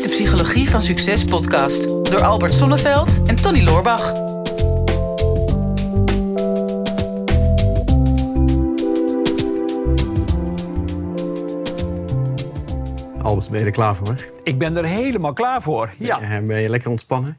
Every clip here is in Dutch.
is de Psychologie van Succes podcast door Albert Sonneveld en Tony Loorbach. Albert, ben je er klaar voor? Ik ben er helemaal klaar voor, ja. Ben je lekker ontspannen?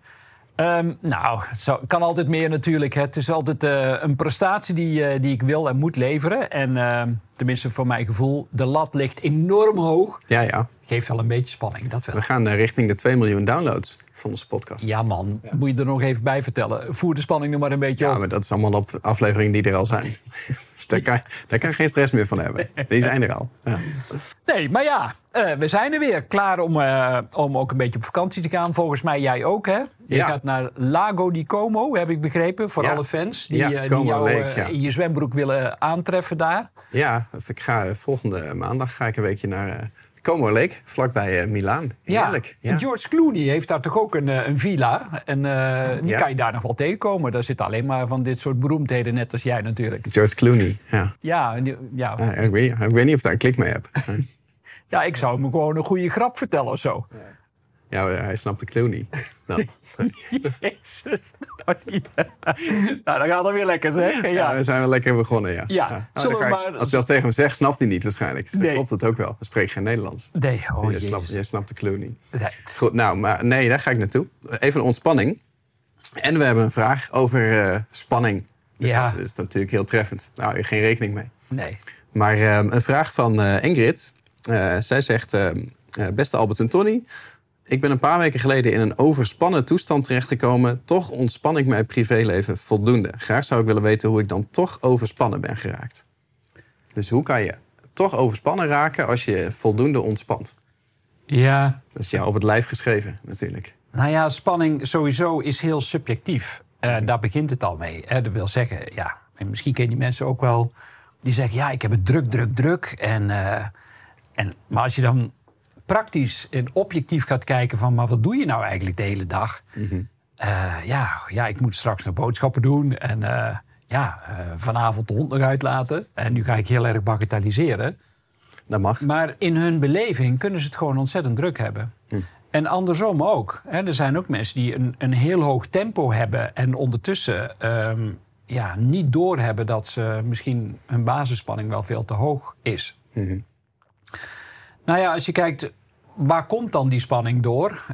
Kan altijd meer natuurlijk. Het is altijd een prestatie die ik wil en moet leveren. En tenminste voor mijn gevoel, de lat ligt enorm hoog. Ja. Geeft wel een beetje spanning, dat wel. We gaan richting de 2 miljoen downloads van onze podcast. Ja man, moet je er nog even bij vertellen. Voer de spanning nog maar een beetje op. Ja, maar dat is allemaal op afleveringen die er al zijn. Dus daar kan je geen stress meer van hebben. Die zijn er al. Ja. Nee, maar ja, we zijn er weer. Klaar om ook een beetje op vakantie te gaan. Volgens mij jij ook, hè? Je gaat naar Lago di Como, heb ik begrepen. Voor alle fans die jou in je zwembroek willen aantreffen daar. Ja, ik ga volgende maandag een weekje naar Como Lake, vlakbij Milaan. Heerlijk. Ja. George Clooney heeft daar toch ook een villa. En die kan je daar nog wel tegenkomen. Daar zitten alleen maar van dit soort beroemdheden, net als jij natuurlijk. George Clooney, ja. Ja. Ik weet niet of daar een klik mee heb. Ja, ik zou hem gewoon een goede grap vertellen of zo. Ja, hij snapt de Clooney. Nou. Jezus. Nou, dan gaat het weer lekker, zeg. Ja, we zijn wel lekker begonnen, ja. Als je dat tegen hem zegt, snapt hij niet waarschijnlijk. Dus dan klopt het ook wel. Dan spreek je geen Nederlands. Nee, jij snapt de Clooney. Nee. Goed, maar daar ga ik naartoe. Even een ontspanning. En we hebben een vraag over spanning. Dus dat is natuurlijk heel treffend. Daar hou je geen rekening mee. Nee. Maar een vraag van Ingrid. Zij zegt, beste Albert en Tony, ik ben een paar weken geleden in een overspannen toestand terechtgekomen. Toch ontspan ik mijn privéleven voldoende. Graag zou ik willen weten hoe ik dan toch overspannen ben geraakt. Dus hoe kan je toch overspannen raken als je voldoende ontspant? Ja. Dat is jou op het lijf geschreven natuurlijk. Nou ja, spanning sowieso is heel subjectief. Daar begint het al mee. Dat wil zeggen, en misschien ken je die mensen ook wel, die zeggen, ik heb het druk. Maar als je dan praktisch en objectief gaat kijken van, maar wat doe je nou eigenlijk de hele dag? Mm-hmm. Ik moet straks nog boodschappen doen en vanavond de hond nog uitlaten. En nu ga ik heel erg bagatelliseren. Dat mag. Maar in hun beleving kunnen ze het gewoon ontzettend druk hebben. En andersom ook. Er zijn ook mensen die een heel hoog tempo hebben en ondertussen niet doorhebben dat ze misschien hun basisspanning wel veel te hoog is. Mm-hmm. Nou ja, als je kijkt, waar komt dan die spanning door?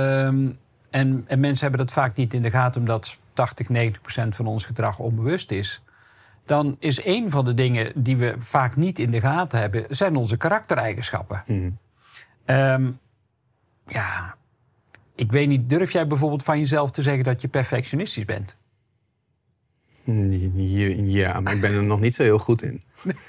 En mensen hebben dat vaak niet in de gaten, omdat 80-90% van ons gedrag onbewust is. Dan is een van de dingen die we vaak niet in de gaten hebben, zijn onze karaktereigenschappen. Mm-hmm. Ik weet niet, durf jij bijvoorbeeld van jezelf te zeggen dat je perfectionistisch bent? Ja, maar ik ben er nog niet zo heel goed in.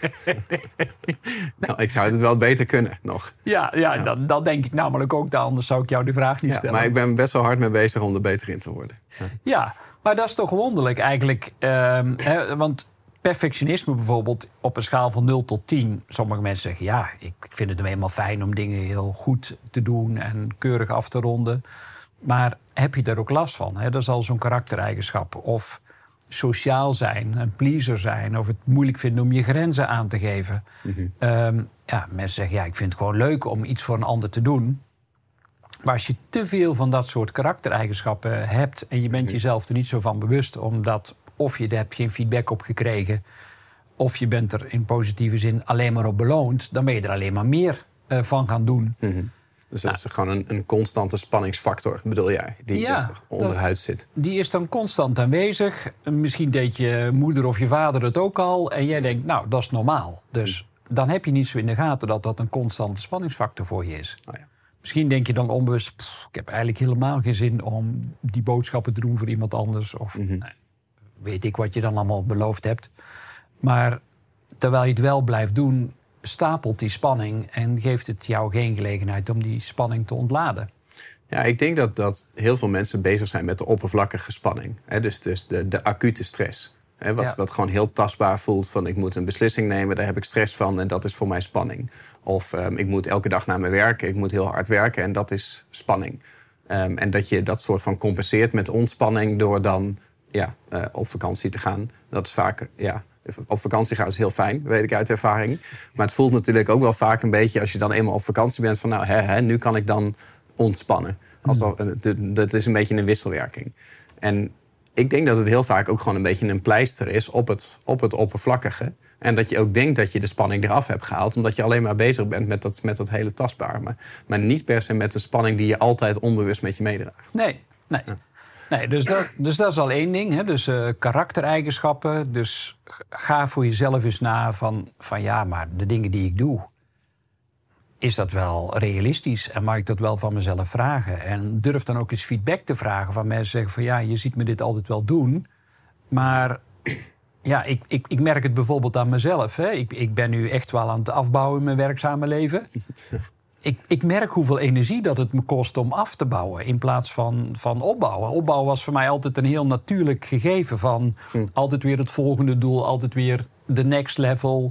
Nou, ik zou het wel beter kunnen nog. Dat denk ik namelijk ook. Anders zou ik jou de vraag niet stellen. Maar ik ben best wel hard mee bezig om er beter in te worden. Ja, maar dat is toch wonderlijk eigenlijk. Want perfectionisme bijvoorbeeld op een schaal van 0 tot 10. Sommige mensen zeggen, ik vind het helemaal fijn om dingen heel goed te doen en keurig af te ronden. Maar heb je daar ook last van? Dat is al zo'n karaktereigenschap. Of sociaal zijn, een pleaser zijn, of het moeilijk vinden om je grenzen aan te geven. Mm-hmm. Mensen zeggen, ik vind het gewoon leuk om iets voor een ander te doen. Maar als je te veel van dat soort karaktereigenschappen hebt en je bent jezelf er niet zo van bewust, omdat of je er hebt geen feedback op gekregen, of je bent er in positieve zin alleen maar op beloond, dan ben je er alleen maar meer van gaan doen. Mm-hmm. Dus dat is gewoon een constante spanningsfactor, bedoel jij, die onderhuid zit. Die is dan constant aanwezig. Misschien deed je moeder of je vader het ook al. En jij denkt, dat is normaal. Dus dan heb je niet zo in de gaten dat dat een constante spanningsfactor voor je is. Oh ja. Misschien denk je dan onbewust, ik heb eigenlijk helemaal geen zin om die boodschappen te doen voor iemand anders. Of weet ik wat je dan allemaal beloofd hebt. Maar terwijl je het wel blijft doen, stapelt die spanning en geeft het jou geen gelegenheid om die spanning te ontladen. Ja, ik denk dat heel veel mensen bezig zijn met de oppervlakkige spanning. Dus de acute stress. Wat gewoon heel tastbaar voelt van ik moet een beslissing nemen, daar heb ik stress van en dat is voor mij spanning. Of ik moet elke dag naar mijn werk, ik moet heel hard werken en dat is spanning. En dat je dat soort van compenseert met ontspanning door dan op vakantie te gaan. Dat is vaak, op vakantie gaan is heel fijn, weet ik uit ervaring. Maar het voelt natuurlijk ook wel vaak een beetje als je dan eenmaal op vakantie bent van nu kan ik dan ontspannen. Dat is een beetje een wisselwerking. En ik denk dat het heel vaak ook gewoon een beetje een pleister is op het oppervlakkige. En dat je ook denkt dat je de spanning eraf hebt gehaald, omdat je alleen maar bezig bent met dat hele tastbare. Maar niet per se met de spanning die je altijd onbewust met je meedraagt. Nee. Ja. Nee, dus dat is al één ding. Hè? Dus karaktereigenschappen. Dus ga voor jezelf eens na van ja, maar de dingen die ik doe, is dat wel realistisch? En mag ik dat wel van mezelf vragen? En durf dan ook eens feedback te vragen van mensen zeggen van ja, je ziet me dit altijd wel doen. Maar ja, ik merk het bijvoorbeeld aan mezelf. Hè? Ik ben nu echt wel aan het afbouwen in mijn werkzame leven. Ik merk hoeveel energie dat het me kost om af te bouwen in plaats van opbouwen. Opbouwen was voor mij altijd een heel natuurlijk gegeven van altijd weer het volgende doel, altijd weer de next level.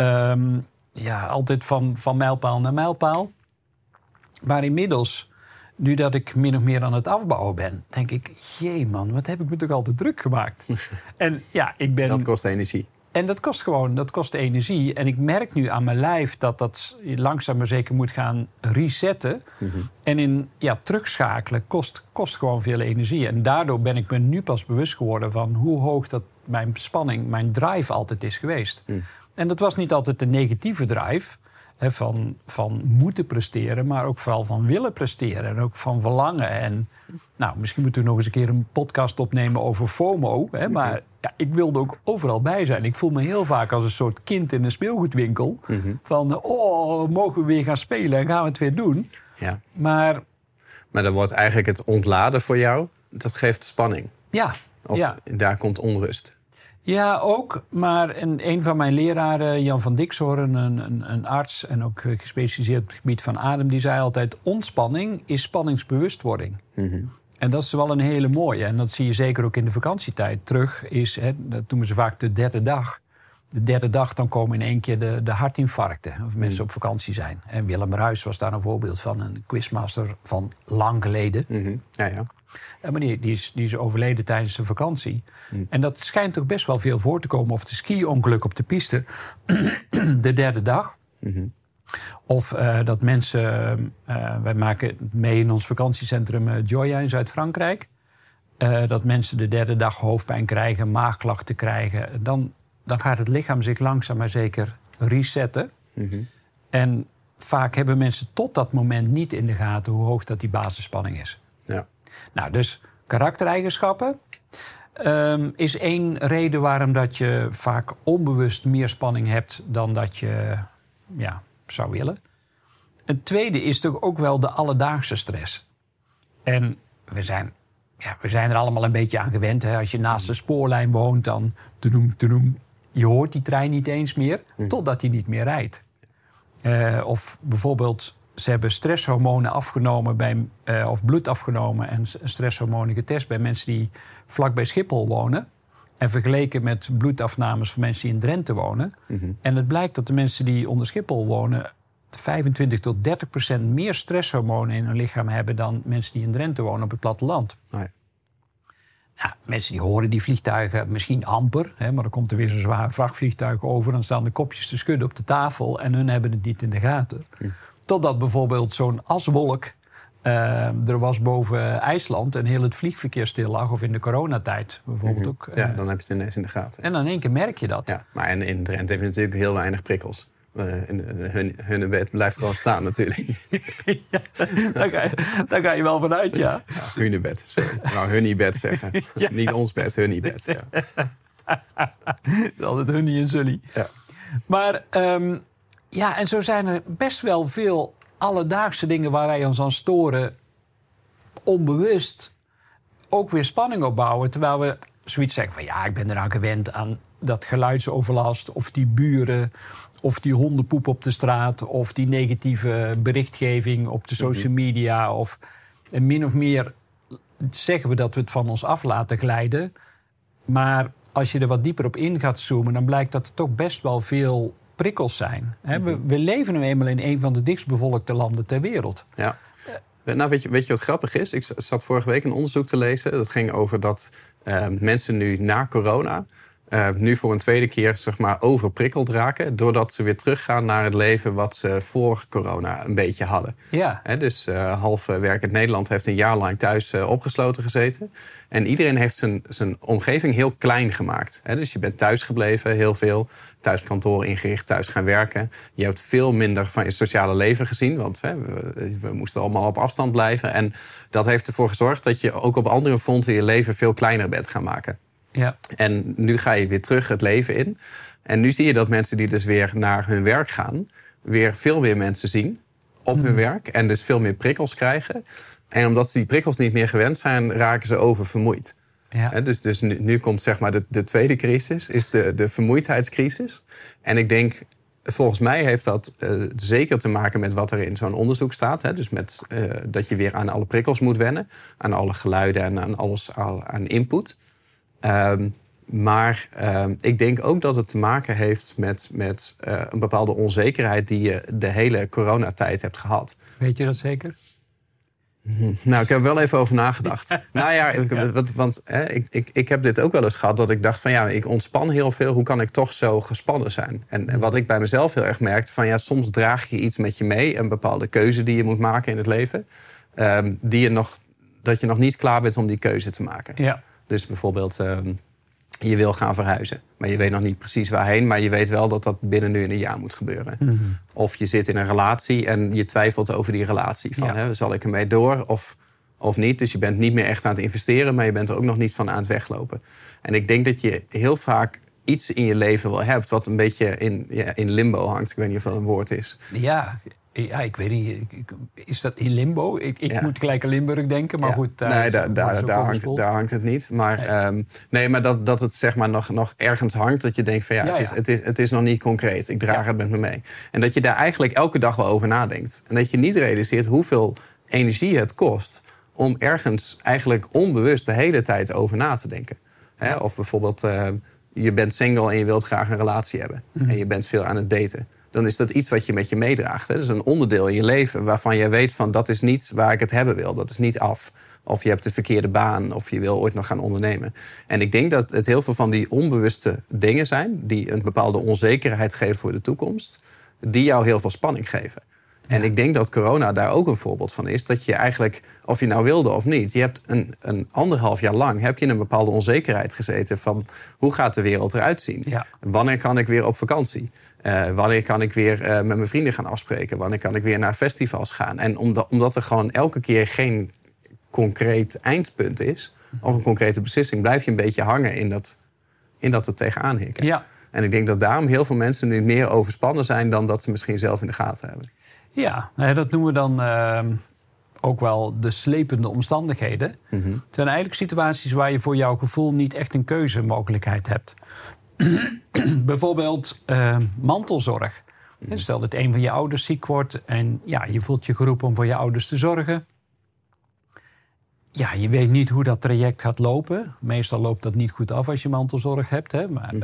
Altijd van mijlpaal naar mijlpaal. Maar inmiddels, nu dat ik min of meer aan het afbouwen ben, denk ik, jee man, wat heb ik me toch altijd druk gemaakt. En ja, dat kost energie. En dat kost energie. En ik merk nu aan mijn lijf dat langzaam maar zeker moet gaan resetten. Mm-hmm. En terugschakelen kost gewoon veel energie. En daardoor ben ik me nu pas bewust geworden van hoe hoog dat mijn spanning, mijn drive altijd is geweest. Mm. En dat was niet altijd de negatieve drive, hè, van moeten presteren, maar ook vooral van willen presteren en ook van verlangen. En nou, misschien moeten we nog eens een keer een podcast opnemen over FOMO. Hè, maar ja, ik wilde ook overal bij zijn. Ik voel me heel vaak als een soort kind in een speelgoedwinkel. Mm-hmm. Van, mogen we weer gaan spelen en gaan we het weer doen? Ja. Maar dan wordt eigenlijk het ontladen voor jou, dat geeft spanning. Ja. Daar komt onrust. Ja, ook. Maar een van mijn leraren, Jan van Dixhoorn, een arts en ook gespecialiseerd op het gebied van adem, die zei altijd, ontspanning is spanningsbewustwording. Mm-hmm. En dat is wel een hele mooie. En dat zie je zeker ook in de vakantietijd terug. Dat noemen ze vaak de derde dag. De derde dag, dan komen in één keer de hartinfarcten. Of mensen op vakantie zijn. En Willem Ruijs was daar een voorbeeld van. Een quizmaster van lang geleden. Mm-hmm. Ja. Maar die is overleden tijdens zijn vakantie. Mm. En dat schijnt toch best wel veel voor te komen. Of de ski-ongeluk op de piste. De derde dag. Mm-hmm. Of dat mensen... wij maken mee in ons vakantiecentrum Gioia in Zuid-Frankrijk. Dat mensen de derde dag hoofdpijn krijgen, maagklachten krijgen. Dan gaat het lichaam zich langzaam maar zeker resetten. Mm-hmm. En vaak hebben mensen tot dat moment niet in de gaten hoe hoog dat die basisspanning is. Ja. Nou, dus karaktereigenschappen is één reden waarom dat je vaak onbewust meer spanning hebt dan dat je zou willen. Een tweede is toch ook wel de alledaagse stress. En we zijn er allemaal een beetje aan gewend. Hè? Als je naast de spoorlijn woont, dan je hoort die trein niet eens meer, totdat die niet meer rijdt. Of bijvoorbeeld, ze hebben stresshormonen afgenomen of bloed afgenomen en stresshormonen getest bij mensen die vlak bij Schiphol wonen. En vergeleken met bloedafnames van mensen die in Drenthe wonen. Mm-hmm. En het blijkt dat de mensen die onder Schiphol wonen 25-30% meer stresshormonen in hun lichaam hebben dan mensen die in Drenthe wonen op het platteland. Oh ja. Nou, mensen die horen die vliegtuigen misschien amper, hè, maar dan komt er weer zo'n zwaar vrachtvliegtuig over, dan staan de kopjes te schudden op de tafel en hun hebben het niet in de gaten. Totdat bijvoorbeeld zo'n aswolk er was boven IJsland en heel het vliegverkeer stil lag, of in de coronatijd bijvoorbeeld ook. Ja, dan heb je het ineens in de gaten. En dan in één keer merk je dat. Ja, maar in Drenthe heb je natuurlijk heel weinig prikkels. Hun bed blijft gewoon staan natuurlijk. Ja, daar ga je wel vanuit, ja. Hunebed, sorry. Nou, hunnibed zeggen. Ja. Niet ons bed, hunnibed. Ja. Altijd hunnie en zully. Ja. Maar en zo zijn er best wel veel alledaagse dingen waar wij ons aan storen, onbewust ook weer spanning opbouwen. Terwijl we zoiets zeggen van ja, ik ben eraan gewend aan dat geluidsoverlast, of die buren, of die hondenpoep op de straat, of die negatieve berichtgeving op de social media. Of min of meer zeggen we dat we het van ons af laten glijden. Maar als je er wat dieper op in gaat zoomen, dan blijkt dat er toch best wel veel prikkels zijn. We leven nu eenmaal in een van de dichtstbevolkte landen ter wereld. Ja. Nou, weet je wat grappig is? Ik zat vorige week een onderzoek te lezen. Dat ging over dat mensen nu na corona nu voor een tweede keer zeg maar overprikkeld raken, doordat ze weer teruggaan naar het leven wat ze voor corona een beetje hadden. Ja. Dus half werkend Nederland heeft een jaar lang thuis opgesloten gezeten. En iedereen heeft zijn omgeving heel klein gemaakt. Dus je bent thuis gebleven, heel veel. Thuiskantoor ingericht, thuis gaan werken. Je hebt veel minder van je sociale leven gezien. Want we moesten allemaal op afstand blijven. En dat heeft ervoor gezorgd dat je ook op andere fronten je leven veel kleiner bent gaan maken. Ja. En nu ga je weer terug het leven in. En nu zie je dat mensen die dus weer naar hun werk gaan, weer veel meer mensen zien op hun werk. En dus veel meer prikkels krijgen. En omdat ze die prikkels niet meer gewend zijn, raken ze oververmoeid. Ja. Dus nu komt zeg maar de tweede crisis, is de vermoeidheidscrisis. En ik denk, volgens mij heeft dat zeker te maken met wat er in zo'n onderzoek staat. Dus met dat je weer aan alle prikkels moet wennen. Aan alle geluiden en aan alles aan input. Maar ik denk ook dat het te maken heeft met een bepaalde onzekerheid die je de hele coronatijd hebt gehad. Weet je dat zeker? Nou, ik heb er wel even over nagedacht. Nou ja, want ik heb dit ook wel eens gehad dat ik dacht van ja, ik ontspan heel veel. Hoe kan ik toch zo gespannen zijn? En wat ik bij mezelf heel erg merkte van ja, soms draag je iets met je mee. Een bepaalde keuze die je moet maken in het leven. Dat je nog niet klaar bent om die keuze te maken. Ja. Dus bijvoorbeeld, je wil gaan verhuizen. Maar je weet nog niet precies waarheen. Maar je weet wel dat dat binnen nu een jaar moet gebeuren. Mm-hmm. Of je zit in een relatie en je twijfelt over die relatie. Van, zal ik ermee door of niet? Dus je bent niet meer echt aan het investeren. Maar je bent er ook nog niet van aan het weglopen. En ik denk dat je heel vaak iets in je leven wel hebt wat een beetje in limbo hangt. Ik weet niet of dat een woord is. Ja, ik weet niet. Is dat in limbo? Ik moet gelijk aan Limburg denken, maar goed. Daar hangt het niet. Maar, maar dat het zeg maar nog ergens hangt. Dat je denkt van het is nog niet concreet. Ik draag het met me mee. En dat je daar eigenlijk elke dag wel over nadenkt. En dat je niet realiseert hoeveel energie het kost om ergens eigenlijk onbewust de hele tijd over na te denken. Of bijvoorbeeld, je bent single en je wilt graag een relatie hebben. En je bent veel aan het daten. Dan is dat iets wat je met je meedraagt. Dat is een onderdeel in je leven waarvan je weet van dat is niet waar ik het hebben wil. Dat is niet af. Of je hebt de verkeerde baan of je wil ooit nog gaan ondernemen. En ik denk dat het heel veel van die onbewuste dingen zijn die een bepaalde onzekerheid geven voor de toekomst, die jou heel veel spanning geven. Ja. En ik denk dat corona daar ook een voorbeeld van is. Dat je eigenlijk, of je nou wilde of niet, je hebt een 1,5 jaar lang heb je in een bepaalde onzekerheid gezeten van hoe gaat de wereld eruit zien? Ja. Wanneer kan ik weer op vakantie? Wanneer kan ik weer met mijn vrienden gaan afspreken? Wanneer kan ik weer naar festivals gaan? En omdat er gewoon elke keer geen concreet eindpunt is, of een concrete beslissing, blijf je een beetje hangen in dat er tegenaan hikken. Ja. En ik denk dat daarom heel veel mensen nu meer overspannen zijn dan dat ze misschien zelf in de gaten hebben. Ja, dat noemen we dan ook wel de slepende omstandigheden. Mm-hmm. Het zijn eigenlijk situaties waar je voor jouw gevoel niet echt een keuzemogelijkheid hebt. Bijvoorbeeld mantelzorg. Stel dat een van je ouders ziek wordt en je voelt je geroepen om voor je ouders te zorgen. Ja, je weet niet hoe dat traject gaat lopen. Meestal loopt dat niet goed af als je mantelzorg hebt. Hè? Maar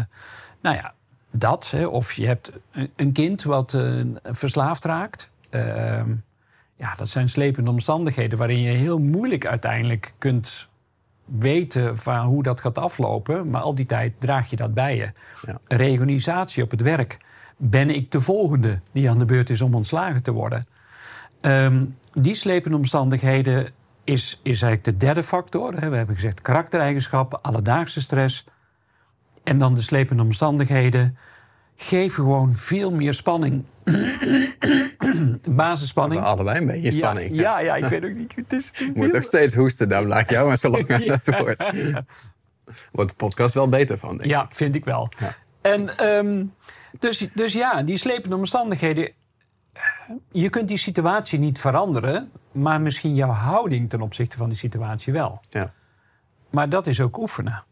dat. Hè? Of je hebt een kind wat verslaafd raakt. Dat zijn slepende omstandigheden waarin je heel moeilijk uiteindelijk kunt weten van hoe dat gaat aflopen. Maar al die tijd draag je dat bij je. Ja. Reorganisatie op het werk. Ben ik de volgende die aan de beurt is om ontslagen te worden? Die slepende omstandigheden is eigenlijk de derde factor. We hebben gezegd karaktereigenschappen, alledaagse stress. En dan de slepende omstandigheden geven gewoon veel meer spanning. Basisspanning. Allebei een beetje spanning. Ja, ik weet ook niet. Je moet ook steeds hoesten, dan laat jou maar zo lang aan dat woord. Wordt de podcast wel beter van, denk ik. Ja, vind ik wel. Ja. En dus die slepende omstandigheden. Je kunt die situatie niet veranderen, maar misschien jouw houding ten opzichte van die situatie wel. Ja. Maar dat is ook oefenen.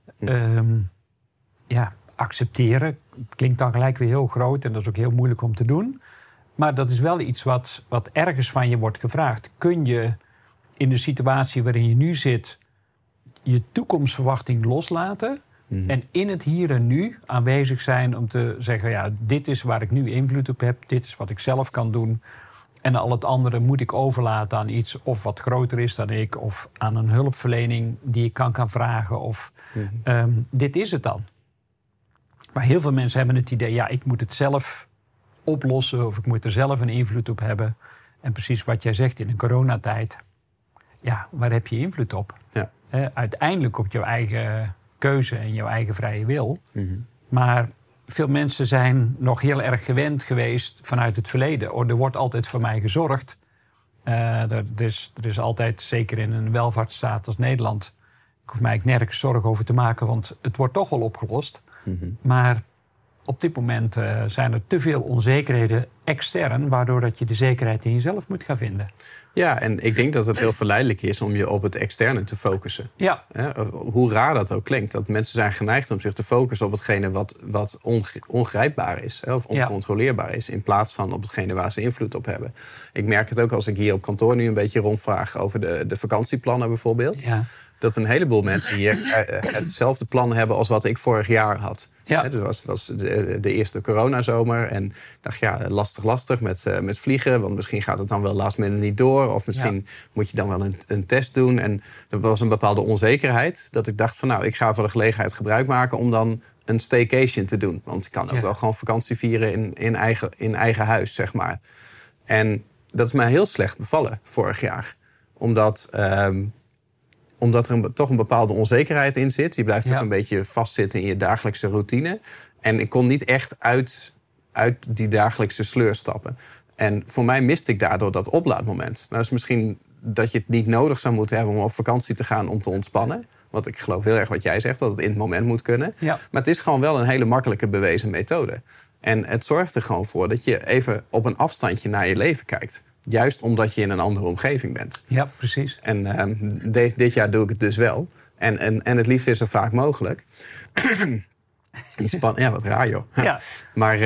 Accepteren klinkt dan gelijk weer heel groot en dat is ook heel moeilijk om te doen. Maar dat is wel iets wat ergens van je wordt gevraagd. Kun je in de situatie waarin je nu zit je toekomstverwachting loslaten en in het hier en nu aanwezig zijn om te zeggen, dit is waar ik nu invloed op heb, dit is wat ik zelf kan doen. En al het andere moet ik overlaten aan iets of wat groter is dan ik, of aan een hulpverlening die ik kan gaan vragen. Of dit is het dan. Maar heel veel mensen hebben het idee, ik moet het zelf oplossen of ik moet er zelf een invloed op hebben. En precies wat jij zegt in een coronatijd, waar heb je invloed op? Ja. Uiteindelijk op jouw eigen keuze en jouw eigen vrije wil. Mm-hmm. Maar veel mensen zijn nog heel erg gewend geweest vanuit het verleden. Er wordt altijd voor mij gezorgd. Er is altijd, zeker in een welvaartsstaat als Nederland, ik hoef mij nergens zorgen over te maken, want het wordt toch wel opgelost. Mm-hmm. Maar op dit moment zijn er te veel onzekerheden extern, waardoor dat je de zekerheid in jezelf moet gaan vinden. Ja, en ik denk dat het heel verleidelijk is om je op het externe te focussen. Ja. Hoe raar dat ook klinkt. Dat mensen zijn geneigd om zich te focussen op hetgene wat ongrijpbaar is. Of oncontroleerbaar is. In plaats van op hetgene waar ze invloed op hebben. Ik merk het ook als ik hier op kantoor nu een beetje rondvraag over de vakantieplannen bijvoorbeeld. Ja. Dat een heleboel mensen hier hetzelfde plan hebben als wat ik vorig jaar had. Ja. Dus was de eerste coronazomer. En ik dacht, lastig met vliegen. Want misschien gaat het dan wel last minute niet door. Of misschien moet je dan wel een test doen. En er was een bepaalde onzekerheid. Dat ik dacht van ik ga van de gelegenheid gebruik maken om dan een staycation te doen. Want ik kan ook wel gewoon vakantie vieren in eigen huis, zeg maar. En dat is mij heel slecht bevallen vorig jaar. Omdat er toch een bepaalde onzekerheid in zit. Je blijft ook een beetje vastzitten in je dagelijkse routine. En ik kon niet echt uit die dagelijkse sleur stappen. En voor mij miste ik daardoor dat oplaadmoment. Nou is misschien dat je het niet nodig zou moeten hebben om op vakantie te gaan om te ontspannen. Want ik geloof heel erg wat jij zegt, dat het in het moment moet kunnen. Ja. Maar het is gewoon wel een hele makkelijke bewezen methode. En het zorgt er gewoon voor dat je even op een afstandje naar je leven kijkt. Juist omdat je in een andere omgeving bent. Ja, precies. En dit jaar doe ik het dus wel. En het liefst is zo vaak mogelijk. Wat raar joh. Ja. Maar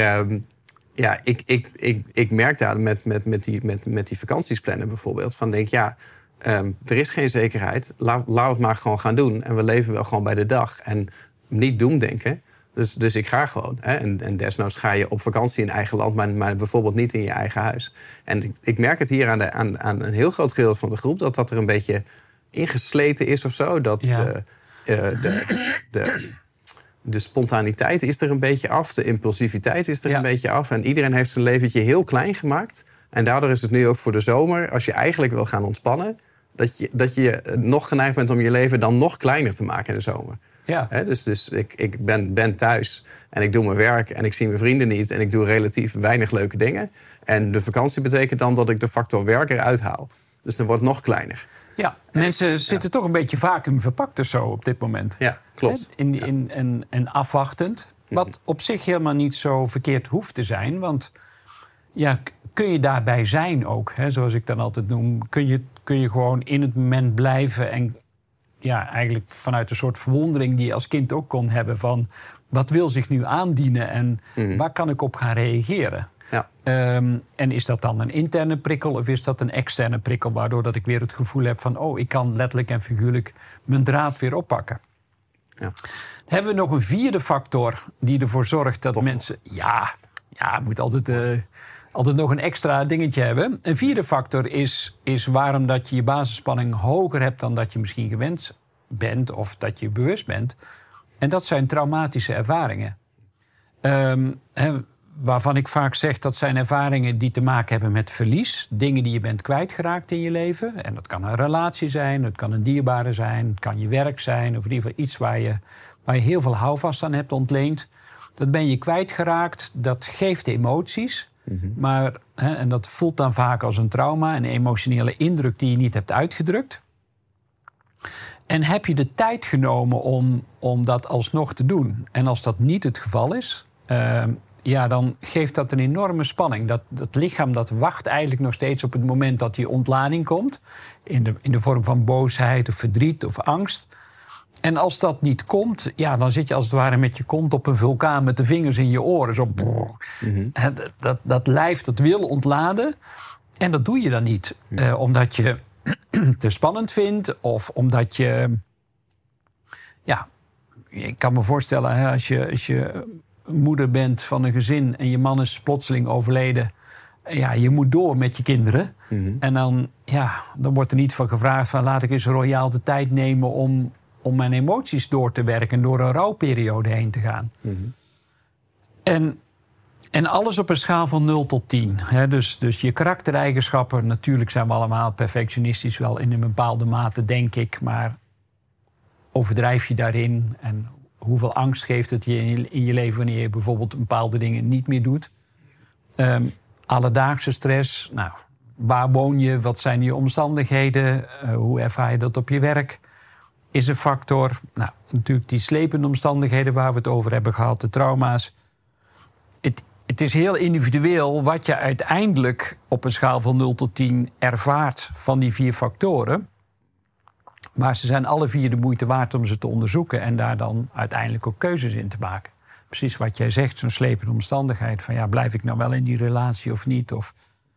ik merk daar met die vakantiesplannen bijvoorbeeld. Van denk er is geen zekerheid. Laat het maar gewoon gaan doen. En we leven wel gewoon bij de dag. En niet doemdenken. Dus ik ga gewoon. Hè? En desnoods ga je op vakantie in eigen land, maar bijvoorbeeld niet in je eigen huis. En ik merk het hier aan een heel groot gedeelte van de groep, dat er een beetje ingesleten is of zo. Dat de spontaniteit is er een beetje af. De impulsiviteit is er een beetje af. En iedereen heeft zijn leventje heel klein gemaakt. En daardoor is het nu ook voor de zomer, als je eigenlijk wil gaan ontspannen, dat je nog geneigd bent om je leven dan nog kleiner te maken in de zomer. Ja. Dus ik ben thuis en ik doe mijn werk en ik zie mijn vrienden niet en ik doe relatief weinig leuke dingen. En de vakantie betekent dan dat ik de factor werk eruit haal. Dus dan wordt het nog kleiner. Ja, mensen zitten toch een beetje vacuüm verpakt of zo op dit moment. Ja, klopt. En afwachtend. Wat op zich helemaal niet zo verkeerd hoeft te zijn. Want kun je daarbij zijn ook, zoals ik dan altijd noem. Kun je gewoon in het moment blijven en eigenlijk vanuit een soort verwondering die je als kind ook kon hebben van wat wil zich nu aandienen en waar kan ik op gaan reageren? Ja. En is dat dan een interne prikkel of is dat een externe prikkel waardoor dat ik weer het gevoel heb van ik kan letterlijk en figuurlijk mijn draad weer oppakken? Ja. Hebben we nog een vierde factor die ervoor zorgt dat mensen... Ja, moet altijd nog een extra dingetje hebben. Een vierde factor is waarom dat je basisspanning hoger hebt dan dat je misschien gewend bent of dat je bewust bent. En dat zijn traumatische ervaringen. Waarvan ik vaak zeg dat zijn ervaringen die te maken hebben met verlies. Dingen die je bent kwijtgeraakt in je leven. En dat kan een relatie zijn, dat kan een dierbare zijn, het kan je werk zijn. Of in ieder geval iets waar je heel veel houvast aan hebt ontleend. Dat ben je kwijtgeraakt, dat geeft emoties. Mm-hmm. Maar, en dat voelt dan vaak als een trauma, een emotionele indruk die je niet hebt uitgedrukt. En heb je de tijd genomen om dat alsnog te doen? En als dat niet het geval is, dan geeft dat een enorme spanning. Dat lichaam dat wacht eigenlijk nog steeds op het moment dat die ontlading komt. In de vorm van boosheid of verdriet of angst. En als dat niet komt, dan zit je als het ware met je kont op een vulkaan met de vingers in je oren. Zo, mm-hmm. Dat lijf dat wil ontladen. En dat doe je dan niet. Omdat je te spannend vindt of omdat je... ik kan me voorstellen, als je moeder bent van een gezin en je man is plotseling overleden. Je moet door met je kinderen. Mm-hmm. En dan wordt er niet van gevraagd van laat ik eens royaal de tijd nemen om mijn emoties door te werken en door een rouwperiode heen te gaan. Mm-hmm. En alles op een schaal van 0 tot 10. Hè? Dus je karaktereigenschappen, natuurlijk zijn we allemaal perfectionistisch wel in een bepaalde mate, denk ik. Maar overdrijf je daarin? En hoeveel angst geeft het je in je leven wanneer je bijvoorbeeld bepaalde dingen niet meer doet? Alledaagse stress. Nou, waar woon je? Wat zijn je omstandigheden? Hoe ervaar je dat op je werk? Is een factor. Nou, natuurlijk die slepende omstandigheden waar we het over hebben gehad, de trauma's. Het is heel individueel wat je uiteindelijk op een schaal van 0 tot 10 ervaart van die 4 factoren. Maar ze zijn alle 4 de moeite waard om ze te onderzoeken en daar dan uiteindelijk ook keuzes in te maken. Precies wat jij zegt, zo'n slepende omstandigheid. Van ja, blijf ik nou wel in die relatie of niet? Of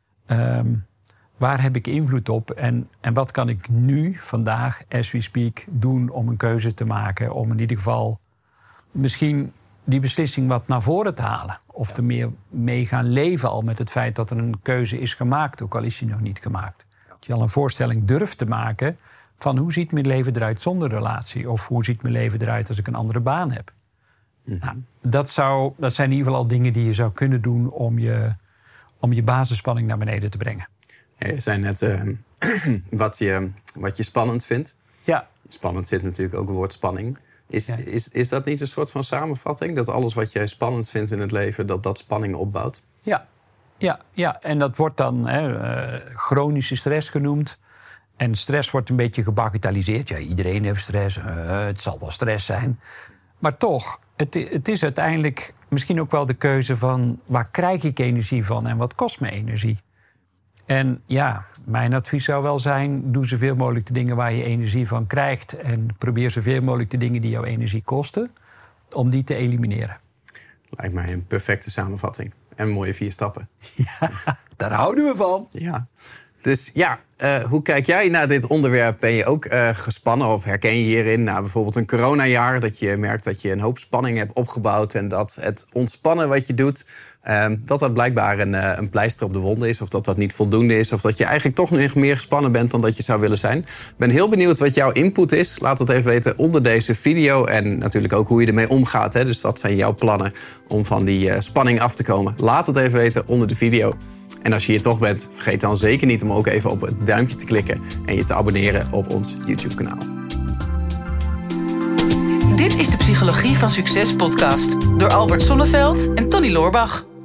waar heb ik invloed op? En wat kan ik nu, vandaag, as we speak, doen om een keuze te maken? Om in ieder geval misschien die beslissing wat naar voren te halen. Of er meer mee gaan leven al met het feit dat er een keuze is gemaakt. Ook al is die nog niet gemaakt. Dat je al een voorstelling durft te maken van hoe ziet mijn leven eruit zonder relatie? Of hoe ziet mijn leven eruit als ik een andere baan heb? Nou, dat zijn in ieder geval al dingen die je zou kunnen doen om je basisspanning naar beneden te brengen. Ja, je zei net wat je spannend vindt. Ja. Spannend zit natuurlijk ook het woord spanning. Is dat niet een soort van samenvatting? Dat alles wat jij spannend vindt in het leven, dat spanning opbouwt? Ja. En dat wordt dan chronische stress genoemd. En stress wordt een beetje gebagatelliseerd. Ja, iedereen heeft stress. Het zal wel stress zijn. Maar toch, het is uiteindelijk misschien ook wel de keuze van waar krijg ik energie van en wat kost me energie? En ja, mijn advies zou wel zijn, doe zoveel mogelijk de dingen waar je energie van krijgt en probeer zoveel mogelijk de dingen die jouw energie kosten, om die te elimineren. Lijkt mij een perfecte samenvatting. En mooie 4 stappen. Ja, daar houden we van. Ja. Dus ja, hoe kijk jij naar dit onderwerp? Ben je ook gespannen of herken je hierin na bijvoorbeeld een coronajaar, dat je merkt dat je een hoop spanning hebt opgebouwd en dat het ontspannen wat je doet, dat blijkbaar een pleister op de wonden is, of dat niet voldoende is, of dat je eigenlijk toch nog meer gespannen bent dan dat je zou willen zijn? Ik ben heel benieuwd wat jouw input is. Laat het even weten onder deze video en natuurlijk ook hoe je ermee omgaat. Hè? Dus wat zijn jouw plannen om van die spanning af te komen? Laat het even weten onder de video. En als je hier toch bent, vergeet dan zeker niet om ook even op het duimpje te klikken en je te abonneren op ons YouTube-kanaal. Dit is de Psychologie van Succes podcast door Albert Sonneveld en Tony Loorbach.